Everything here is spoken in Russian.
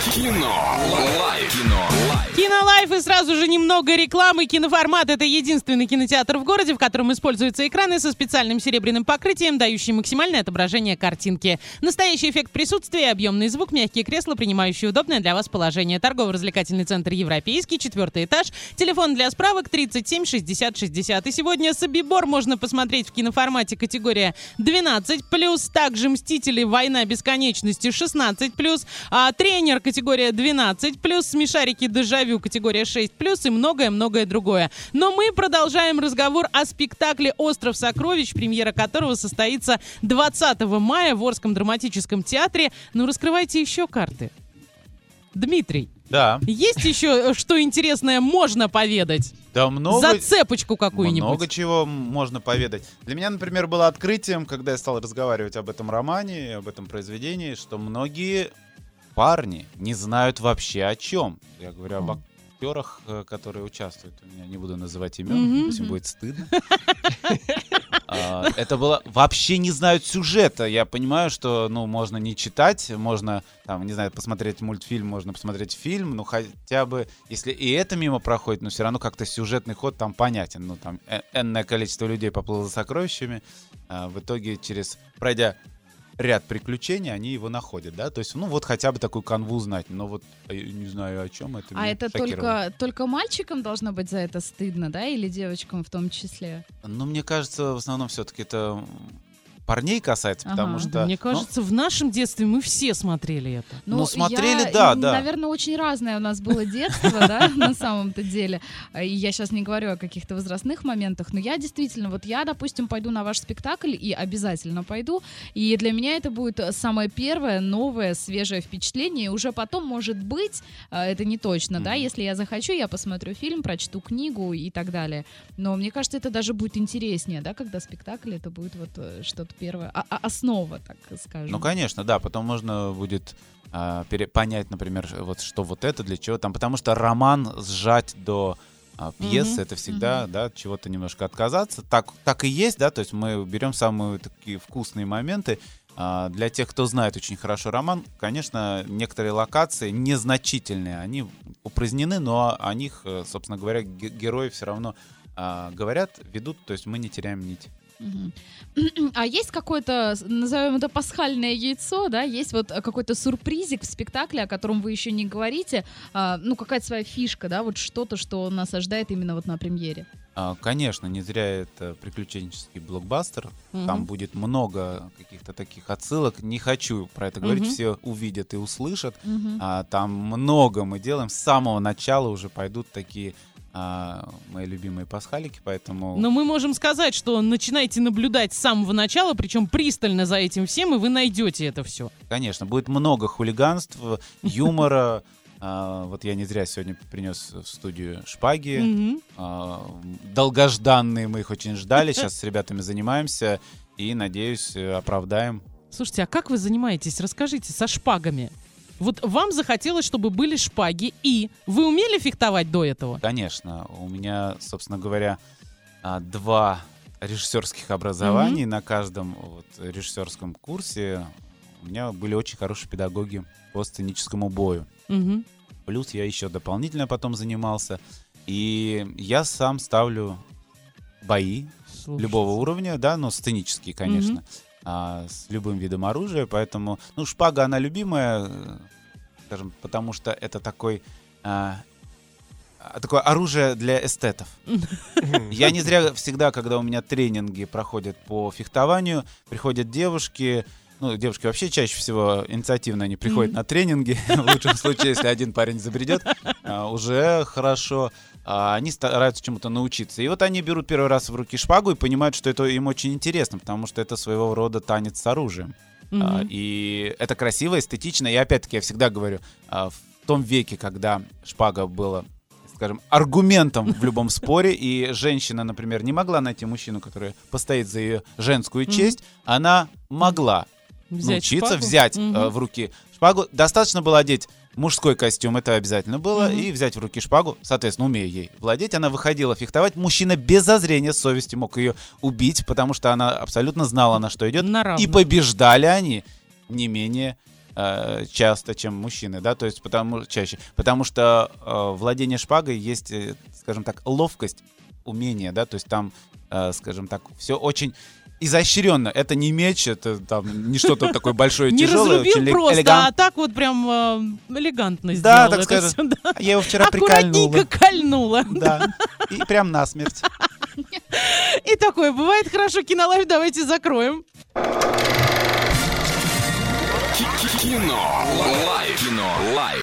Кино. Лайф. Кинолайф и сразу же немного рекламы. Киноформат — это единственный кинотеатр в городе, в котором используются экраны со специальным серебряным покрытием, дающие максимальное отображение картинки. Настоящий эффект присутствия, объемный звук, мягкие кресла, принимающие удобное для вас положение. Торгово-развлекательный центр «Европейский», 4-й этаж. Телефон для справок 37 60 60. И сегодня «Собибор» можно посмотреть в киноформате категория 12+, также «Мстители. Война бесконечности» 16+, «Тренер» категория 12+, «Смешарики. Дежавю» категория 6+, и многое-многое другое. Но мы продолжаем разговор о спектакле «Остров сокровищ», премьера которого состоится 20 мая в Орском драматическом театре. Ну, раскрывайте еще карты. Дмитрий. Да. Есть еще что интересное можно поведать? Да, много. Зацепочку какую-нибудь. Много чего можно поведать. Для меня, например, было открытием, когда я стал разговаривать об этом романе, об этом произведении, что многие парни не знают вообще о чем. Я говорю об актерах, которые участвуют. Я не буду называть имен, пусть им будет стыдно. Это было... Вообще не знают сюжета. Я понимаю, что, можно не читать, можно, не знаю, посмотреть мультфильм, можно посмотреть фильм, хотя бы, если и это мимо проходит, но все равно как-то сюжетный ход там понятен. Там энное количество людей поплыло за сокровищами. В итоге, пройдя ряд приключений, они его находят, да, то есть, хотя бы такую канву знать, но я не знаю, о чем это. А это только мальчикам должно быть за это стыдно, да, или девочкам в том числе? Мне кажется, в основном все-таки это парней касается, потому что... Мне кажется, в нашем детстве мы все смотрели это. Смотрели, да. Наверное, очень разное у нас было детство, да, на самом-то деле. И я сейчас не говорю о каких-то возрастных моментах, но я действительно, я, допустим, пойду на ваш спектакль и обязательно пойду, и для меня это будет самое первое, новое, свежее впечатление, и уже потом, может быть, это не точно, да, если я захочу, я посмотрю фильм, прочту книгу и так далее. Но мне кажется, это даже будет интереснее, да, когда спектакль, это будет что-то первая основа, так скажем. Конечно, да, потом можно будет понять, например, что это для чего там, потому что роман сжать до пьесы, это всегда, да, чего-то немножко отказаться. Так и есть, да, то есть мы берем самые такие вкусные моменты. Для тех, кто знает очень хорошо роман, конечно, некоторые локации незначительные, они упразднены, но о них, собственно говоря, герои все равно говорят, ведут, то есть мы не теряем нить. А есть какое-то, назовем это, пасхальное яйцо, да? Есть какой-то сюрпризик в спектакле, о котором вы еще не говорите, какая-то своя фишка, да? Что-то, что нас ожидает именно на премьере. Конечно, не зря это приключенческий блокбастер. Там будет много каких-то таких отсылок. Не хочу про это говорить, все увидят и услышат. Там много мы делаем. С самого начала уже пойдут такие мои любимые пасхалики, поэтому... Но мы можем сказать, что начинайте наблюдать с самого начала, причем пристально за этим всем, и вы найдете это все. Конечно, будет много хулиганств, юмора. Я не зря сегодня принес в студию шпаги. Долгожданные, мы их очень ждали. Сейчас с ребятами занимаемся и, надеюсь, оправдаем. Слушайте, а как вы занимаетесь? Расскажите, со шпагами. Вам захотелось, чтобы были шпаги, и вы умели фехтовать до этого? Конечно. У меня, собственно говоря, 2 режиссерских образования. На каждом режиссерском курсе у меня были очень хорошие педагоги по сценическому бою. Плюс я еще дополнительно потом занимался. И я сам ставлю бои любого уровня, да, сценические, конечно. С любым видом оружия, поэтому, шпага, она любимая, скажем, потому что это такое оружие для эстетов. Я не зря всегда, когда у меня тренинги проходят по фехтованию, приходят девушки, девушки вообще чаще всего инициативно они приходят на тренинги, в лучшем случае, если один парень забредет, уже хорошо. Они стараются чему-то научиться. И они берут первый раз в руки шпагу и понимают, что это им очень интересно, потому что это своего рода танец с оружием. И это красиво, эстетично. И опять-таки я всегда говорю, в том веке, когда шпага была, скажем, аргументом в любом споре, и женщина, например, не могла найти мужчину, который постоит за ее женскую честь, она могла научиться взять в руки шпагу. Достаточно было одеть мужской костюм, это обязательно было, и взять в руки шпагу, соответственно, умея ей владеть, она выходила фехтовать. Мужчина без зазрения совести мог ее убить, потому что она абсолютно знала, на что идет. И побеждали они не менее часто, чем мужчины, да, то есть чаще. Потому что владение шпагой есть, скажем так, ловкость, умение, да, то есть там, скажем так, все очень изощренно. Это не меч, это там не что-то такое большое, Не тяжелое, разрубил очень просто, элегантно. а так вот прям элегантно Да, сделал так это скажем. всё, да. Я его вчера прикольнула. Аккуратненько кольнула. Да, и прям насмерть. И такое бывает. Хорошо, Кинолайф давайте закроем. Кино. Лайф. Кино. Лайф.